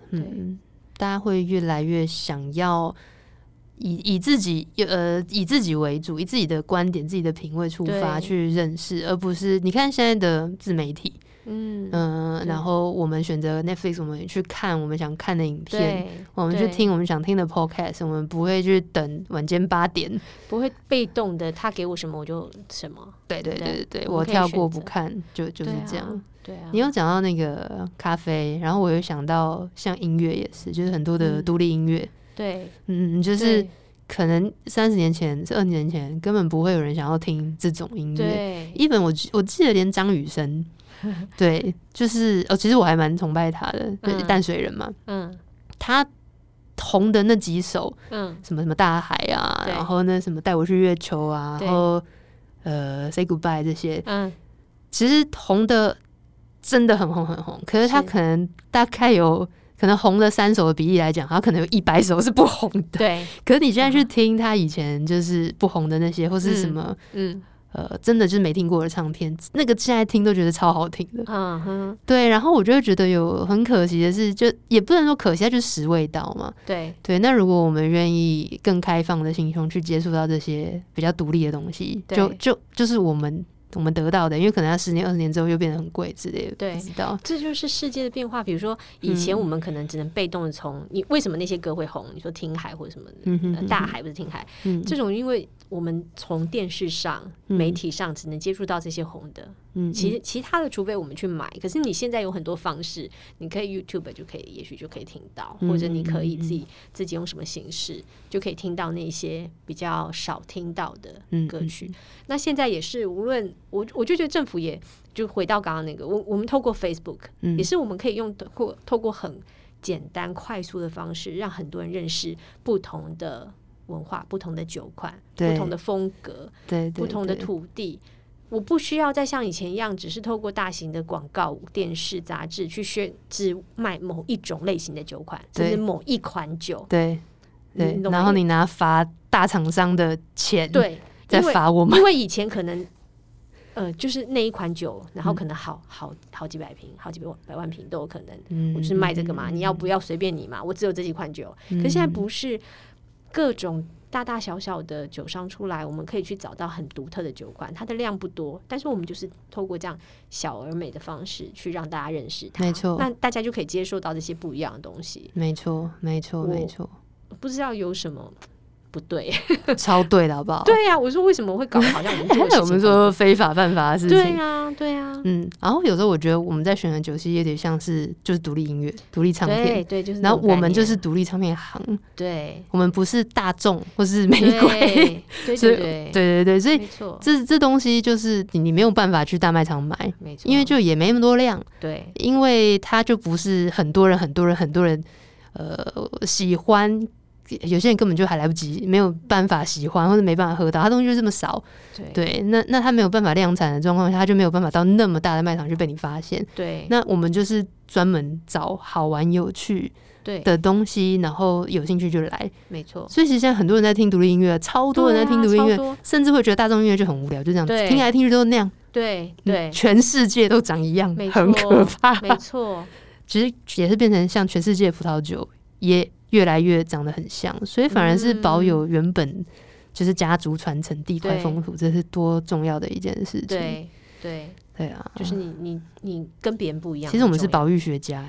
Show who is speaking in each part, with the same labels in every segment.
Speaker 1: 大家会越来越想要以自己为主，以自己的观点、自己的品味出发去认识，而不是你看现在的自媒体。然后我们选择 Netflix， 我们去看我们想看的影片，我们去听我们想听的 podcast， 我们不会去等晚间8点，
Speaker 2: 不会被动的他给我什么我就什么。对，
Speaker 1: 我跳过不看，就是这样。
Speaker 2: 对啊，
Speaker 1: 你有讲到那个咖啡，然后我有想到像音乐也是，就是很多的独立音乐。
Speaker 2: 对，
Speaker 1: 就是可能30年前、20年前根本不会有人想要听这种音乐。
Speaker 2: 对
Speaker 1: ，even我记得连张雨生。对，就是其实我还蛮崇拜他的，淡水人嘛。他红的那几首，什么大海啊，然后那什么带我去月球啊，然后say goodbye 这些，其实红的真的很红很红。可是他可能大概有可能红的3首的比例来讲，他可能有100首是不红的。
Speaker 2: 对，
Speaker 1: 可是你现在去听他以前就是不红的那些，或是什么，真的就是没听过的唱片，那个现在听都觉得超好听的。对，然后我就会觉得有很可惜的是，就也不能说可惜，它就是时未到嘛。对，那如果我们愿意更开放的心胸去接触到这些比较独立的东西，就是我们得到的，因为可能要10年20年之后又变得很贵之类的。对，不知道，
Speaker 2: 这就是世界的变化。比如说以前我们可能只能被动的从你为什么那些歌会红，你说听海或者什么的，大海不是听海，这种因为我们从电视上、媒体上只能接触到这些红的，其他的除非我们去买。可是你现在有很多方式，你可以 YouTube 就可以，也许就可以听到，或者你可以自己用什么形式就可以听到那些比较少听到的歌曲。那现在也是，无论我就觉得政府也就回到刚刚那个，我们透过 Facebook，也是我们可以用透过很简单快速的方式，让很多人认识不同的文化、不同的酒款、不同的风格、不同的土地。我不需要再像以前一样，只是透过大型的广告、电视、杂志去只卖某一种类型的酒款，甚至某一款酒。对，
Speaker 1: 然后你拿罚大厂商的钱，再罚我们。
Speaker 2: 因为以前可能就是那一款酒，然后可能好几百瓶、好几百万瓶都有可能。我就是卖这个嘛，你要不要随便你嘛，我只有这几款酒。可是现在不是，各种大大小小的酒商出来，我们可以去找到很独特的酒款，它的量不多，但是我们就是透过这样小而美的方式去让大家认识它。没错，那大家就可以接受到这些不一样的东西。没错。不知道有什么不对，
Speaker 1: 超对的好不好？
Speaker 2: 对啊，我说为什么会搞好像我们做的事情
Speaker 1: 我们说非法犯法的事情。
Speaker 2: 对啊。
Speaker 1: 然后有时候我觉得我们在选的酒系有点像是就是独立音乐、独立唱片，
Speaker 2: 对，就是。
Speaker 1: 然后我们就是独立唱片行，
Speaker 2: 对，
Speaker 1: 我们不是大众或是玫瑰，对，所以这东西就是你没有办法去大卖场买，因为就也没那么多量，对，因为它就不是很多人喜欢。有些人根本就还来不及，没有办法喜欢或者没办法喝到，它东西就这么少。对，那它没有办法量产的状况下，它就没有办法到那么大的卖场去被你发现。对，那我们就是专门找好玩有趣的东西，然后有兴趣就来。没错。所以其实现在很多人在听独立音乐，超多人在听独立音乐，甚至会觉得大众音乐就很无聊，就这样听来听去都那样。对，全世界都长一样，很可怕。没错。其实也是变成像全世界的葡萄酒也越来越长得很像，所以反而是保有原本就是家族传承地块风土，这是多重要的一件事情。对啊，
Speaker 2: 就是你跟别人不一样。
Speaker 1: 其实我们是保育学家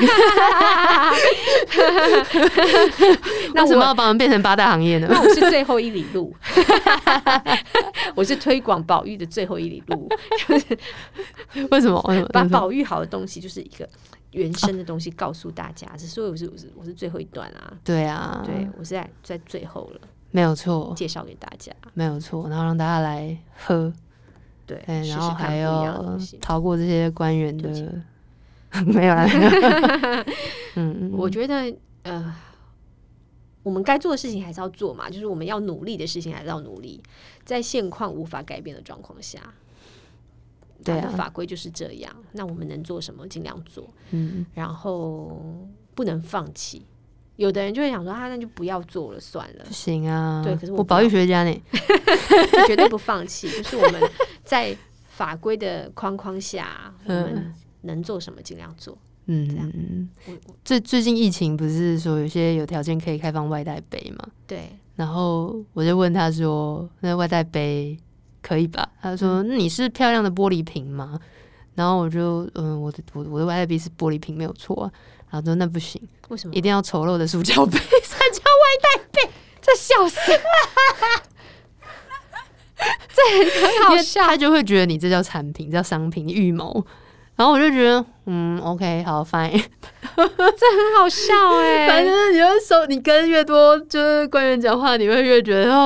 Speaker 1: 那为什么要把我们变成8大行业呢？
Speaker 2: 那我是最后1里路我是推广保育的最后1里路
Speaker 1: 为什么
Speaker 2: 把保育好的东西就是一个原生的东西告诉大家，所以我是最后一段啊。对啊，对，我是在最后了，
Speaker 1: 没有错，
Speaker 2: 介绍给大家，
Speaker 1: 没有错，然后让大家来喝。对，然后还有逃过这些官员的没有啦
Speaker 2: 我觉得我们该做的事情还是要做嘛，就是我们要努力的事情还是要努力，在现况无法改变的状况下，对啊，法规就是这样，那我们能做什么尽量做，然后不能放弃。有的人就会想说那就不要做了算了，
Speaker 1: 不行啊。
Speaker 2: 对，可是
Speaker 1: 我保育学家呢
Speaker 2: 绝对不放弃就是我们在法规的框框下我们能做什么尽量做。
Speaker 1: 最近疫情不是说有些有条件可以开放外带杯嘛？
Speaker 2: 对。
Speaker 1: 然后我就问他说：“那外带杯可以吧？”他说：“你是漂亮的玻璃瓶吗？”然后我就我的外带杯是玻璃瓶没有错啊。然后说那不行，
Speaker 2: 为什么？
Speaker 1: 一定要丑陋的塑胶杯才叫外带杯？
Speaker 2: 这笑死！这很好笑，
Speaker 1: 他就会觉得你这叫产品，叫商品，你预谋。然后我就觉得，OK， 好 ，fine，
Speaker 2: 这很好笑哎。
Speaker 1: 反正你跟越多就是官员讲话，你会越觉得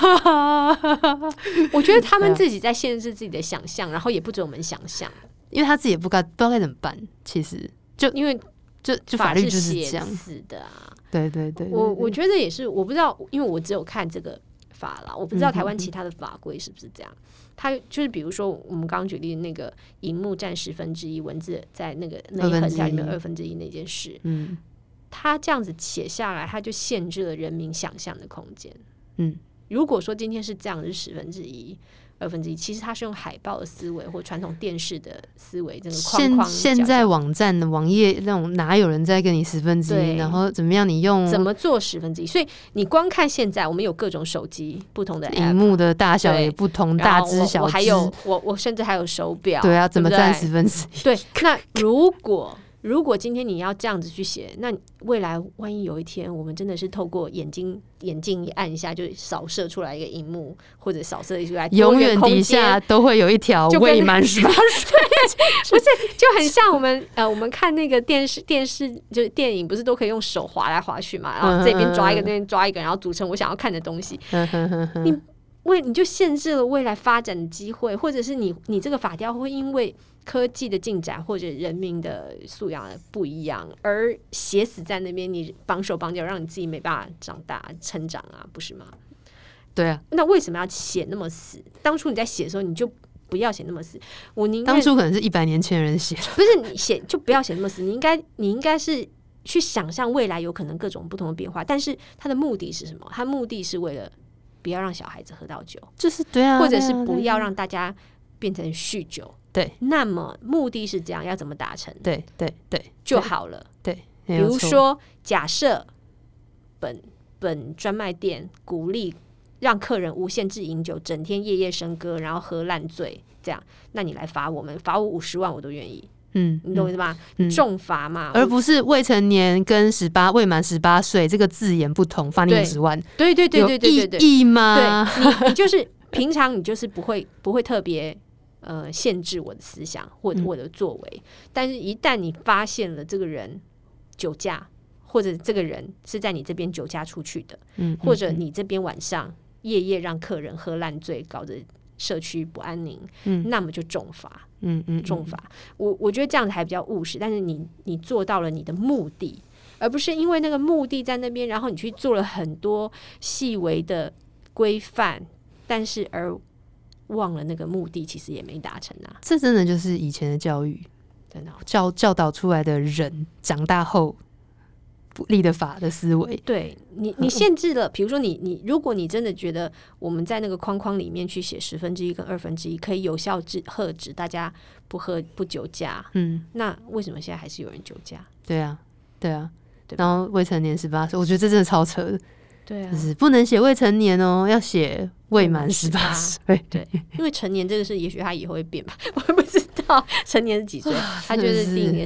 Speaker 2: 我觉得他们自己在限制自己的想象，然后也不准我们想象，
Speaker 1: 因为他自己也不知道该怎么办。其实就
Speaker 2: 因为
Speaker 1: 就法律就是这样
Speaker 2: 死的啊。
Speaker 1: 对，
Speaker 2: 我觉得也是，我不知道，因为我只有看这个法啦，我不知道台湾其他的法规是不是这样。它就是比如说我们刚刚举例的那个荧幕占1/10，文字在那个内横条里面1/2那件事，它这样子写下来，它就限制了人民想象的空间。如果说今天是这样，是1/10、2/1，其实它是用海报的思维或传统电视的思维，这个框框。
Speaker 1: 现在网站的网页那种哪有人在跟你1/10，然后怎么样？你用
Speaker 2: 怎么做1/10？所以你光看现在，我们有各种手机不同的 app，
Speaker 1: 荧幕的大小也不同，大只小只。
Speaker 2: 我还有我甚至还有手表。
Speaker 1: 对啊，怎么占1/10？
Speaker 2: 对，那如果今天你要这样子去写，那未来万一有一天我们真的是透过眼镜一按一下就扫射出来一个荧幕，或者扫射出来
Speaker 1: 永远底下都会有一条未满18岁，
Speaker 2: 不是就很像我们看那个电视就是电影，不是都可以用手滑来滑去嘛？然后这边抓一个，那边抓一个，然后组成我想要看的东西。你就限制了未来发展的机会，或者是你这个法条会因为科技的进展或者人民的素养的不一样而写死在那边，你绑手绑脚，让你自己没办法长大成长啊，不是吗？
Speaker 1: 对啊，
Speaker 2: 那为什么要写那么死？当初你在写的时候，你就不要写那么死。
Speaker 1: 当初可能是100年前的人写的，
Speaker 2: 不是你写就不要写那么死。你应该是去想象未来有可能各种不同的变化，但是它的目的是什么？它目的是为了不要让小孩子喝到酒，
Speaker 1: 就是对啊，
Speaker 2: 或者是不要让大家变成酗酒。
Speaker 1: 对，
Speaker 2: 那么目的是这样，要怎么达成？
Speaker 1: 对
Speaker 2: 就好了。
Speaker 1: 对，
Speaker 2: 比如说，假设本专卖店鼓励让客人无限制饮酒，整天夜夜笙歌，然后喝烂醉，这样，那你来罚我50万我都愿意。你懂我意思吗？重罚嘛，
Speaker 1: 而不是未成年跟未满18岁这个字眼不同，罚你50万。
Speaker 2: 对，有意
Speaker 1: 义吗？
Speaker 2: 对，你就是平常你就是不会特别限制我的思想或我的作为，但是一旦你发现了这个人酒驾，或者这个人是在你这边酒驾出去的，或者你这边晚上夜夜让客人喝烂醉，搞得社区不安宁，那么就重罚。重罚。我觉得这样子还比较务实，但是你做到了你的目的，而不是因为那个目的在那边，然后你去做了很多细微的规范，但是而忘了那个目的其实也没达成啊。
Speaker 1: 这真的就是以前的教育，
Speaker 2: 真的
Speaker 1: 教导出来的人长大后立的法的思维。
Speaker 2: 对，你限制了，比如说如果你真的觉得我们在那个框框里面去写1/10跟1/2可以有效遏制大家不酒驾，那为什么现在还是有人酒驾？
Speaker 1: 对啊，然后未成年18岁，我觉得这真的超扯的。
Speaker 2: 对啊，
Speaker 1: 就是不能写未成年哦，要写未满18岁。
Speaker 2: 对，因为成年这个事，也许他以后会变吧，我也不知道成年是几岁，他就是定一个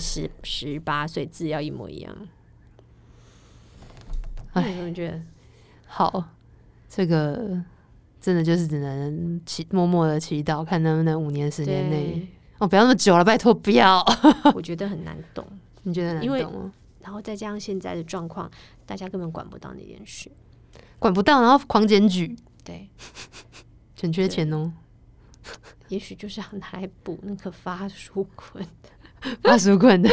Speaker 2: 18岁，字要一模一样。我觉得
Speaker 1: 好，这个真的就是只能默默的祈祷，看能不能5年10年内不要那么久了，拜托不要。
Speaker 2: 我觉得很难懂，
Speaker 1: 你觉得难懂吗？
Speaker 2: 然后再加上现在的状况，大家根本管不到那件事，
Speaker 1: 管不到，然后狂检举，
Speaker 2: 对，
Speaker 1: 很缺钱哦。
Speaker 2: 也许就是要拿来补那个发纾困
Speaker 1: 的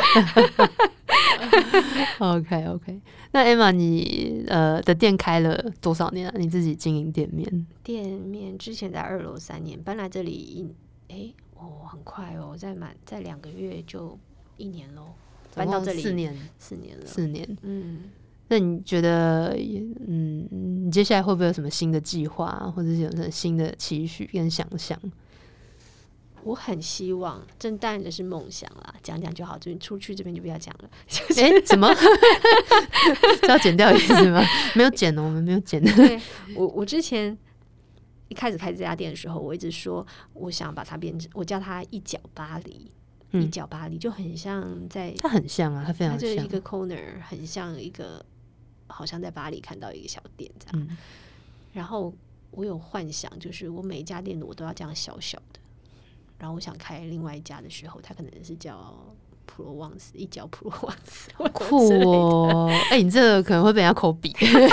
Speaker 1: OK， 那 Emma 你的店开了多少年啊？你自己经营店面？
Speaker 2: 店面之前在2楼3年，搬来这里很快哦，再2个月就1年咯，搬到这里4年了。4年，那你觉得你接下来会不会有什么新的计划，或者是有什么新的期许跟想象？ 我很希望，这当然是梦想啦，讲讲就好，这边出去这边就不要讲了。
Speaker 1: 什么？是要剪掉意思吗？没有剪我们没有剪。
Speaker 2: 对，我之前一开始开这家店的时候，我一直说我想把它变成，我叫它一角巴黎。一角巴黎就很像在，
Speaker 1: 它很像啊，它非常像，它
Speaker 2: 就是一个 corner， 很像一个，好像在巴黎看到一个小店这样。然后我有幻想，就是我每一家店我都要这样小小的。然后我想开另外一家的时候，它可能是叫普罗旺斯，一角普罗旺斯，
Speaker 1: 酷哦！你这个可能会被人家口笔，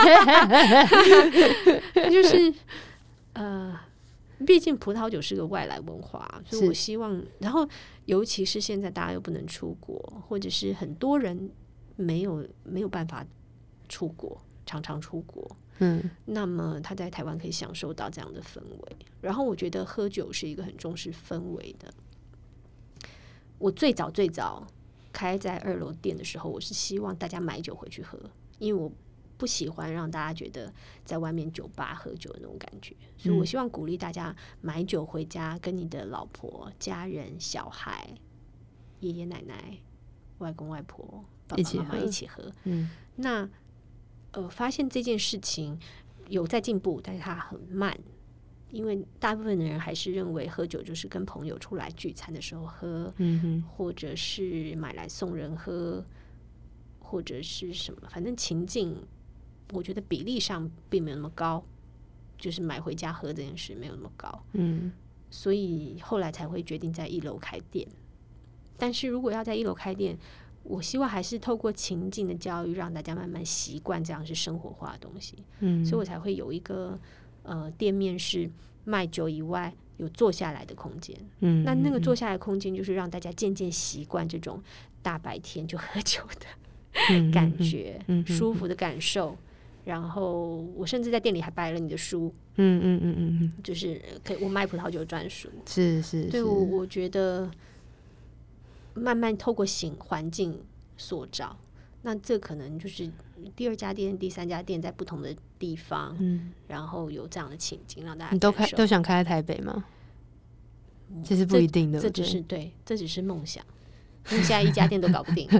Speaker 2: 就是毕竟葡萄酒是个外来文化，所以我希望，然后尤其是现在大家又不能出国，或者是很多人没有办法出国，常常出国，那么他在台湾可以享受到这样的氛围。然后我觉得喝酒是一个很重视氛围的。我最早开在2楼店的时候，我是希望大家买酒回去喝，因为我不喜欢让大家觉得在外面酒吧喝酒的那种感觉，所以我希望鼓励大家买酒回家，跟你的老婆、家人、小孩、爷爷奶奶、外公外婆、爸爸妈妈一起喝。那发现这件事情有在进步，但是它很慢，因为大部分的人还是认为喝酒就是跟朋友出来聚餐的时候喝，或者是买来送人喝，或者是什么，反正情境我觉得比例上并没有那么高，就是买回家喝这件事没有那么高，所以后来才会决定在1楼开店。但是如果要在1楼开店，我希望还是透过情境的教育，让大家慢慢习惯这样是生活化的东西，所以我才会有一个店面是卖酒以外有坐下来的空间，那个坐下来的空间就是让大家渐渐习惯这种大白天就喝酒的感觉，舒服的感受。然后我甚至在店里还摆了你的书，就是可以我卖葡萄酒专书，
Speaker 1: 是，
Speaker 2: 对，我觉得慢慢透过环境塑造，那这可能就是第2家店、第3家店在不同的地方，然后有这样的情景让大家感受。
Speaker 1: 你都想开在台北吗？其实不一定的，
Speaker 2: 这只是梦想。因为现在1家店都搞不定。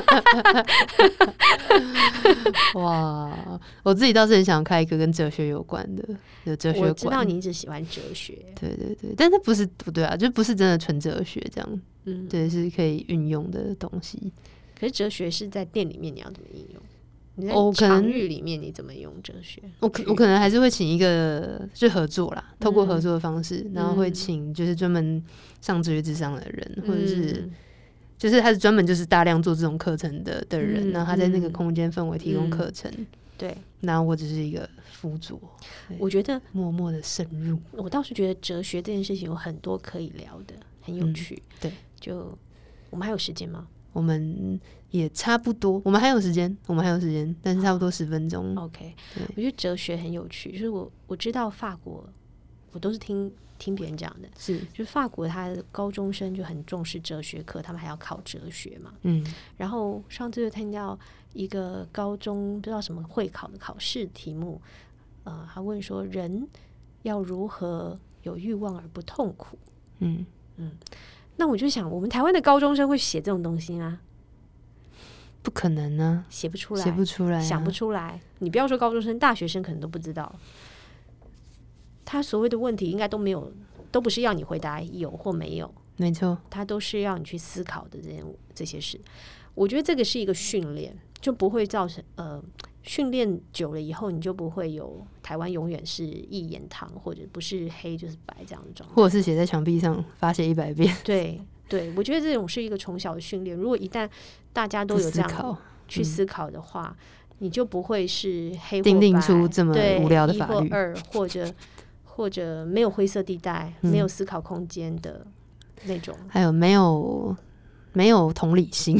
Speaker 1: 哇，我自己倒是很想开一个跟哲学有关的，有哲学馆。
Speaker 2: 我知道你一直喜欢哲学，
Speaker 1: 对，但它不是不对啊，就不是真的纯哲学这样，对，是可以运用的东西。
Speaker 2: 可是哲学是在店里面你要怎么应用？你在场域里面你怎么用哲学？我
Speaker 1: 可能还是会请一个就合作啦，透过合作的方式，然后会请就是专门上哲学諮商的人，或者是就是他是专门就是大量做这种课程的人，然后他在那个空间氛围提供课程，
Speaker 2: 对，
Speaker 1: 然后我只是一个辅佐，
Speaker 2: 我觉得
Speaker 1: 默默的深入。
Speaker 2: 我倒是觉得哲学这件事情有很多可以聊的，很有趣。对，就我们还有时间吗？
Speaker 1: 我们也差不多，我们还有时间，但是差不多10分钟。
Speaker 2: OK， 我觉得哲学很有趣，就是我知道法国，我都是听别人讲的，就是法国他的高中生就很重视哲学课，他们还要考哲学嘛。然后上次就听到一个高中不知道什么会考的考试题目，他问说人要如何有欲望而不痛苦？那我就想，我们台湾的高中生会写这种东西吗？
Speaker 1: 不可能啊，
Speaker 2: 写不出来，
Speaker 1: 想
Speaker 2: 不出来。你不要说高中生，大学生可能都不知道。他所谓的问题应该都没有，都不是要你回答有或没有，
Speaker 1: 没错，
Speaker 2: 他都是要你去思考的这些事。我觉得这个是一个训练，就不会造成训练久了以后，你就不会有台湾永远是一言堂，或者不是黑就是白这样的状态，
Speaker 1: 或者是写在墙壁上罚写100遍。
Speaker 2: 对，我觉得这种是一个从小的训练。如果一旦大家都有这样去思考的话，你就不会是黑或白，
Speaker 1: 定定出这么无聊的法律，
Speaker 2: 一或二，或者没有灰色地带，没有思考空间的那种，
Speaker 1: 还有没有同理心。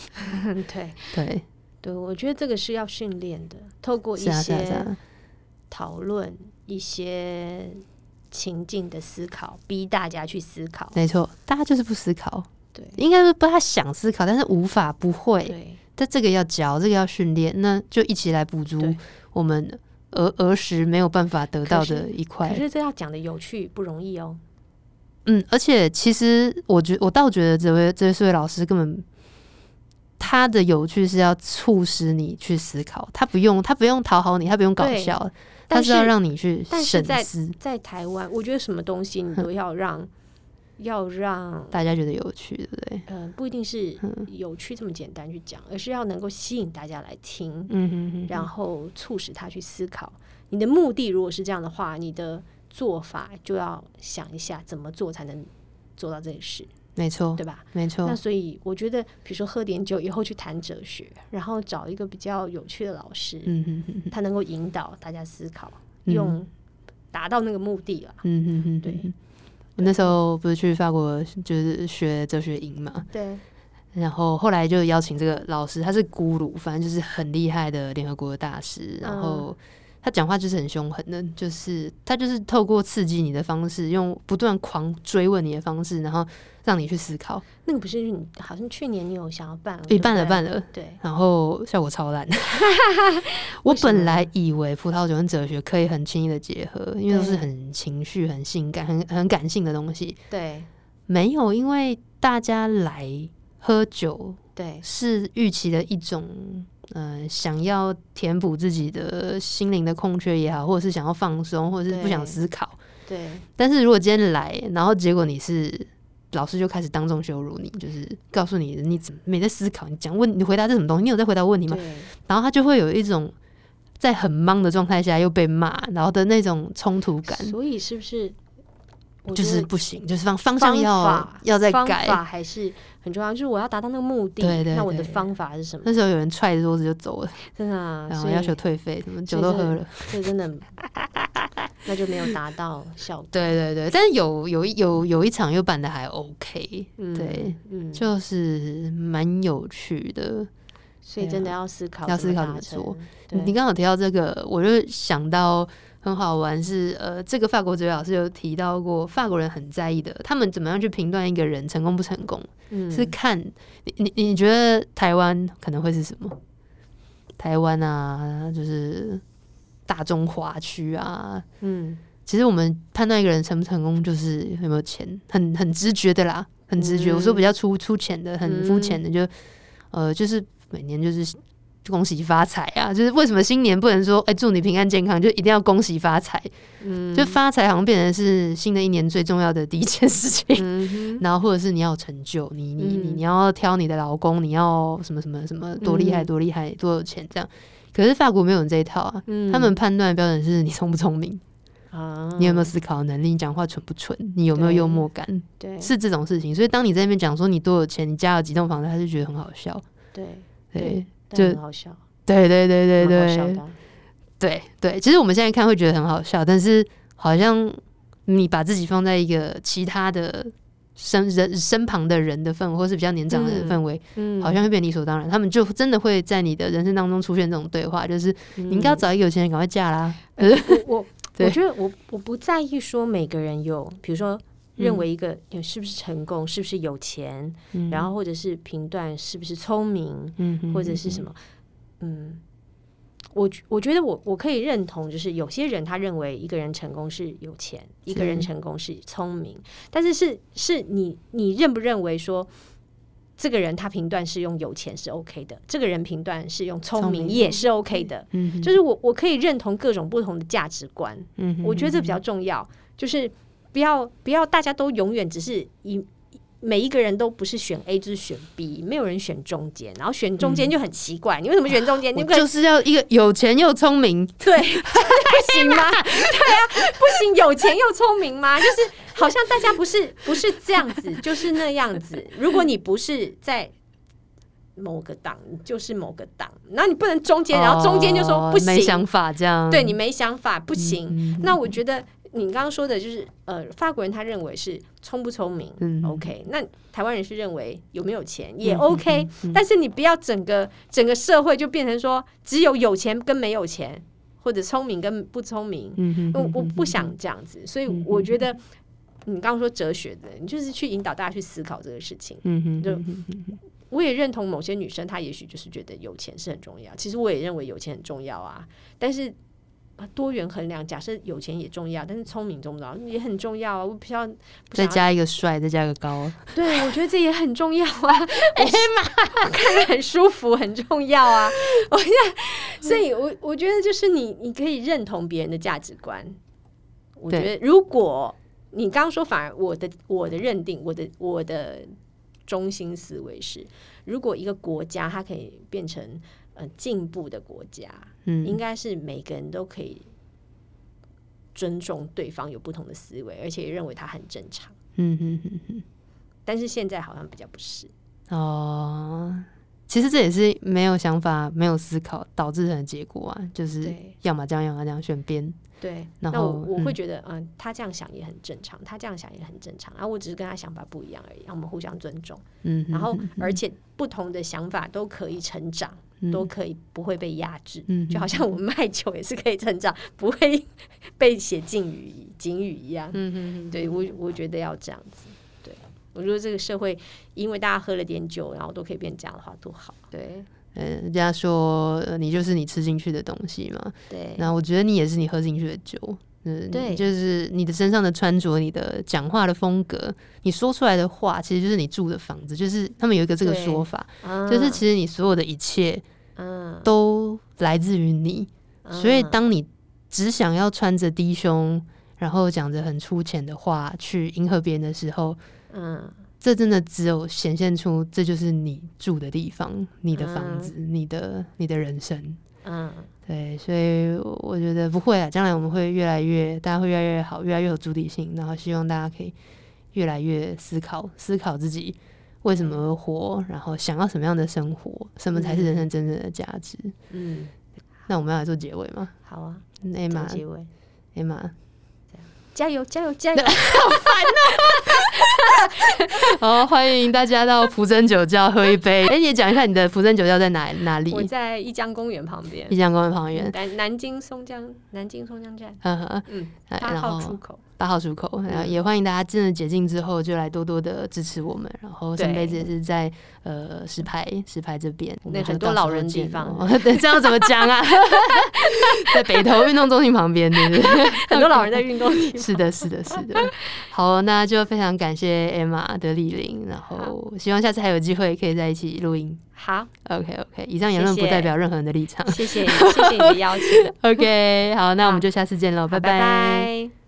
Speaker 2: 对，我觉得这个是要训练的，透过一些讨论，一些情境的思考，逼大家去思考。
Speaker 1: 没错，大家就是不思考。对，应该是不太想思考，但是无法不会。对，但这个要教，这个要训练，那就一起来补足我们儿时没有办法得到的一块。
Speaker 2: 可是这要讲的有趣不容易哦。
Speaker 1: 而且其实我倒觉得这位老师根本他的有趣是要促使你去思考，他不用讨好你，他不用搞笑，他是要让你去深思。
Speaker 2: 在台湾，我觉得什么东西你都要让
Speaker 1: 大家觉得有趣，对不对？
Speaker 2: 不一定是有趣这么简单去讲，而是要能够吸引大家来听，然后促使他去思考。你的目的如果是这样的话，你的做法就要想一下怎么做才能做到这件事。
Speaker 1: 没错，
Speaker 2: 对吧？
Speaker 1: 没错。
Speaker 2: 那所以我觉得，比如说喝点酒以后去谈哲学，然后找一个比较有趣的老师，他能够引导大家思考，用达到那个目的了。对。
Speaker 1: 我那时候不是去法国就是学哲学营嘛，
Speaker 2: 对。
Speaker 1: 然后后来就邀请这个老师，他是咕噜，反正就是很厉害的联合国的大师，然后他讲话就是很凶狠的，就是他就是透过刺激你的方式，用不断狂追问你的方式，然后让你去思考。
Speaker 2: 那个不是你好像去年你有想要办
Speaker 1: 了，对，然后效果超烂。我本来以为葡萄酒跟哲学可以很轻易的结合，因为都是很情绪、很性感、很感性的东西。
Speaker 2: 对，
Speaker 1: 没有，因为大家来喝酒，
Speaker 2: 对，
Speaker 1: 是预期的一种。想要填补自己的心灵的空缺也好，或者是想要放松，或者是不想思考。
Speaker 2: 对。
Speaker 1: 但是如果今天来，然后结果你是老师就开始当众羞辱你，就是告诉你你怎么没在思考，你回答这什么东西，你有在回答问题吗？然后他就会有一种在很忙的状态下又被骂，然后的那种冲突感。
Speaker 2: 所以是不是？
Speaker 1: 就是不行，就是方向要再改，
Speaker 2: 方法还是很重要。就是我要达到那个目的，对，那我的方法是什么？
Speaker 1: 那时候有人踹着桌子就走了，
Speaker 2: 真的啊，
Speaker 1: 然后要求退费，什么酒都喝了，
Speaker 2: 这真的那就没有达到效果。
Speaker 1: 对，但是有一场又办的还 OK，对，就是蛮有趣的。
Speaker 2: 所以真的要思考
Speaker 1: 怎么做。你刚好提到这个，我就想到。很好玩是这个法国哲学老师有提到过，法国人很在意的，他们怎么样去评断一个人成功不成功，是看你觉得台湾可能会是什么？台湾啊，就是大中华区啊，其实我们判断一个人成不成功，就是有没有钱，很直觉的啦，很直觉。我说比较粗浅的，很肤浅的，就是每年就是。恭喜发财啊！就是为什么新年不能说祝你平安健康，就一定要恭喜发财？就发财好像变成是新的一年最重要的第一件事情。然后或者是你要有成就，你要挑你的老公，你要什么什么什么多厉害多厉害多有钱这样。可是法国没有人这一套啊，他们判断的标准是你聪不聪明你有没有思考能力，你讲话蠢不蠢，你有没有幽默感，是这种事情。所以当你在那边讲说你多有钱，你家有几栋房子，他就觉得很好笑。对。就
Speaker 2: 很好笑，
Speaker 1: 对，其实我们现在看会觉得很好笑，但是好像你把自己放在一个其他的身旁的人的氛围，或是比较年长的人氛围，好像会变理所当然。他们就真的会在你的人生当中出现这种对话，就是你应该要找一个有钱人，赶快嫁啦。
Speaker 2: 我觉得我不在意说每个人有，比如说。认为一个是不是成功，是不是有钱，然后或者是评断是不是聪明，或者是什么，我觉得我可以认同，就是有些人他认为一个人成功是有钱，一个人成功是聪明，但是你认不认为说这个人他评断是用有钱是 OK 的，这个人评断是用聪明也是 OK 的，就是我可以认同各种不同的价值观，我觉得这比较重要，就是。不要大家都永远只是每一个人都不是选 A 就是选 B， 没有人选中间，然后选中间就很奇怪，你为什么选中间？
Speaker 1: 我就是要一个有钱又聪明，
Speaker 2: 对，不行吗？对啊，不行，有钱又聪明吗？就是好像大家不是这样子，就是那样子。如果你不是在某个党，你就是某个党，然后你不能中间，然后中间就说不行，
Speaker 1: 没想法这样，
Speaker 2: 对你没想法不行。那我觉得。你刚刚说的就是法国人他认为是聪不聪明，OK， 那台湾人是认为有没有钱也 OK，但是你不要整个社会就变成说只有钱跟没有钱，或者聪明跟不聪明，我不想这样子，所以我觉得你刚刚说哲学的，你就是去引导大家去思考这个事情，就我也认同某些女生她也许就是觉得有钱是很重要，其实我也认为有钱很重要啊，但是多元衡量，假设有钱也重要，但是聪明重要也很重要啊。我不要
Speaker 1: 再加一个帅，再加个高，
Speaker 2: 对，我觉得这也很重要啊。看着很舒服，很重要啊。所以我觉得就是你可以认同别人的价值观。我觉得如果你刚刚说，反而我的认定，我的中心思维是，如果一个国家它可以变成进步的国家，应该是每个人都可以尊重对方有不同的思维，而且认为他很正常。但是现在好像比较不是
Speaker 1: 其实这也是没有想法、没有思考导致成的结果啊，就是要么这样，要么这样，选边。
Speaker 2: 对，那我会觉得，他这样想也很正常，他这样想也很正常，我只是跟他想法不一样而已，我们互相尊重。然后而且不同的想法都可以成长，都可以不会被压制。就好像我们卖酒也是可以成长，不会被写警语一样。对，我觉得要这样子。对，我觉得这个社会因为大家喝了点酒，然后都可以变这样的话，多好。对。
Speaker 1: 人家说你就是你吃进去的东西嘛，
Speaker 2: 对。
Speaker 1: 那我觉得你也是你喝进去的酒，对，就是你的身上的穿着，你的讲话的风格，你说出来的话，其实就是你住的房子，就是他们有一个这个说法，就是其实你所有的一切，都来自于你，所以当你只想要穿着低胸，然后讲着很粗浅的话去迎合别人的时候，这真的只有显现出这就是你住的地方，你的房子，你的人生。对，所以我觉得不会啊，将来我们会越来越，大家会越来越好，越来越有主体性，然后希望大家可以越来越思考自己为什么而活，然后想要什么样的生活，什么才是人生真正的价值。那我们要来做结尾吗？
Speaker 2: 好啊
Speaker 1: ，Emma，
Speaker 2: 结尾
Speaker 1: ，Emma。
Speaker 2: 加油加油加油！
Speaker 1: 好烦好，欢迎大家到福珍酒窖喝一杯。你也讲一下你的福珍酒窖在哪里？
Speaker 2: 我在一江公园旁边。
Speaker 1: 一江公园旁边，
Speaker 2: 南京松江站。
Speaker 1: 8
Speaker 2: 号出口。
Speaker 1: 8号出口，也欢迎大家真的解禁之后就来多多的支持我们。然后圣杯子也是在石牌这边，
Speaker 2: 那很多老人地方。
Speaker 1: 对，这样怎么讲啊？在北投运动中心旁边，对不对？
Speaker 2: 很多老人在运动地方。
Speaker 1: 是的。好，那就非常感谢 Emma 的莅临，然后希望下次还有机会可以在一起录音。
Speaker 2: 好
Speaker 1: ，OK， 以上言论不代表任何人的立场。
Speaker 2: 谢谢你的邀请。
Speaker 1: OK， 好，那我们就下次见喽，拜拜。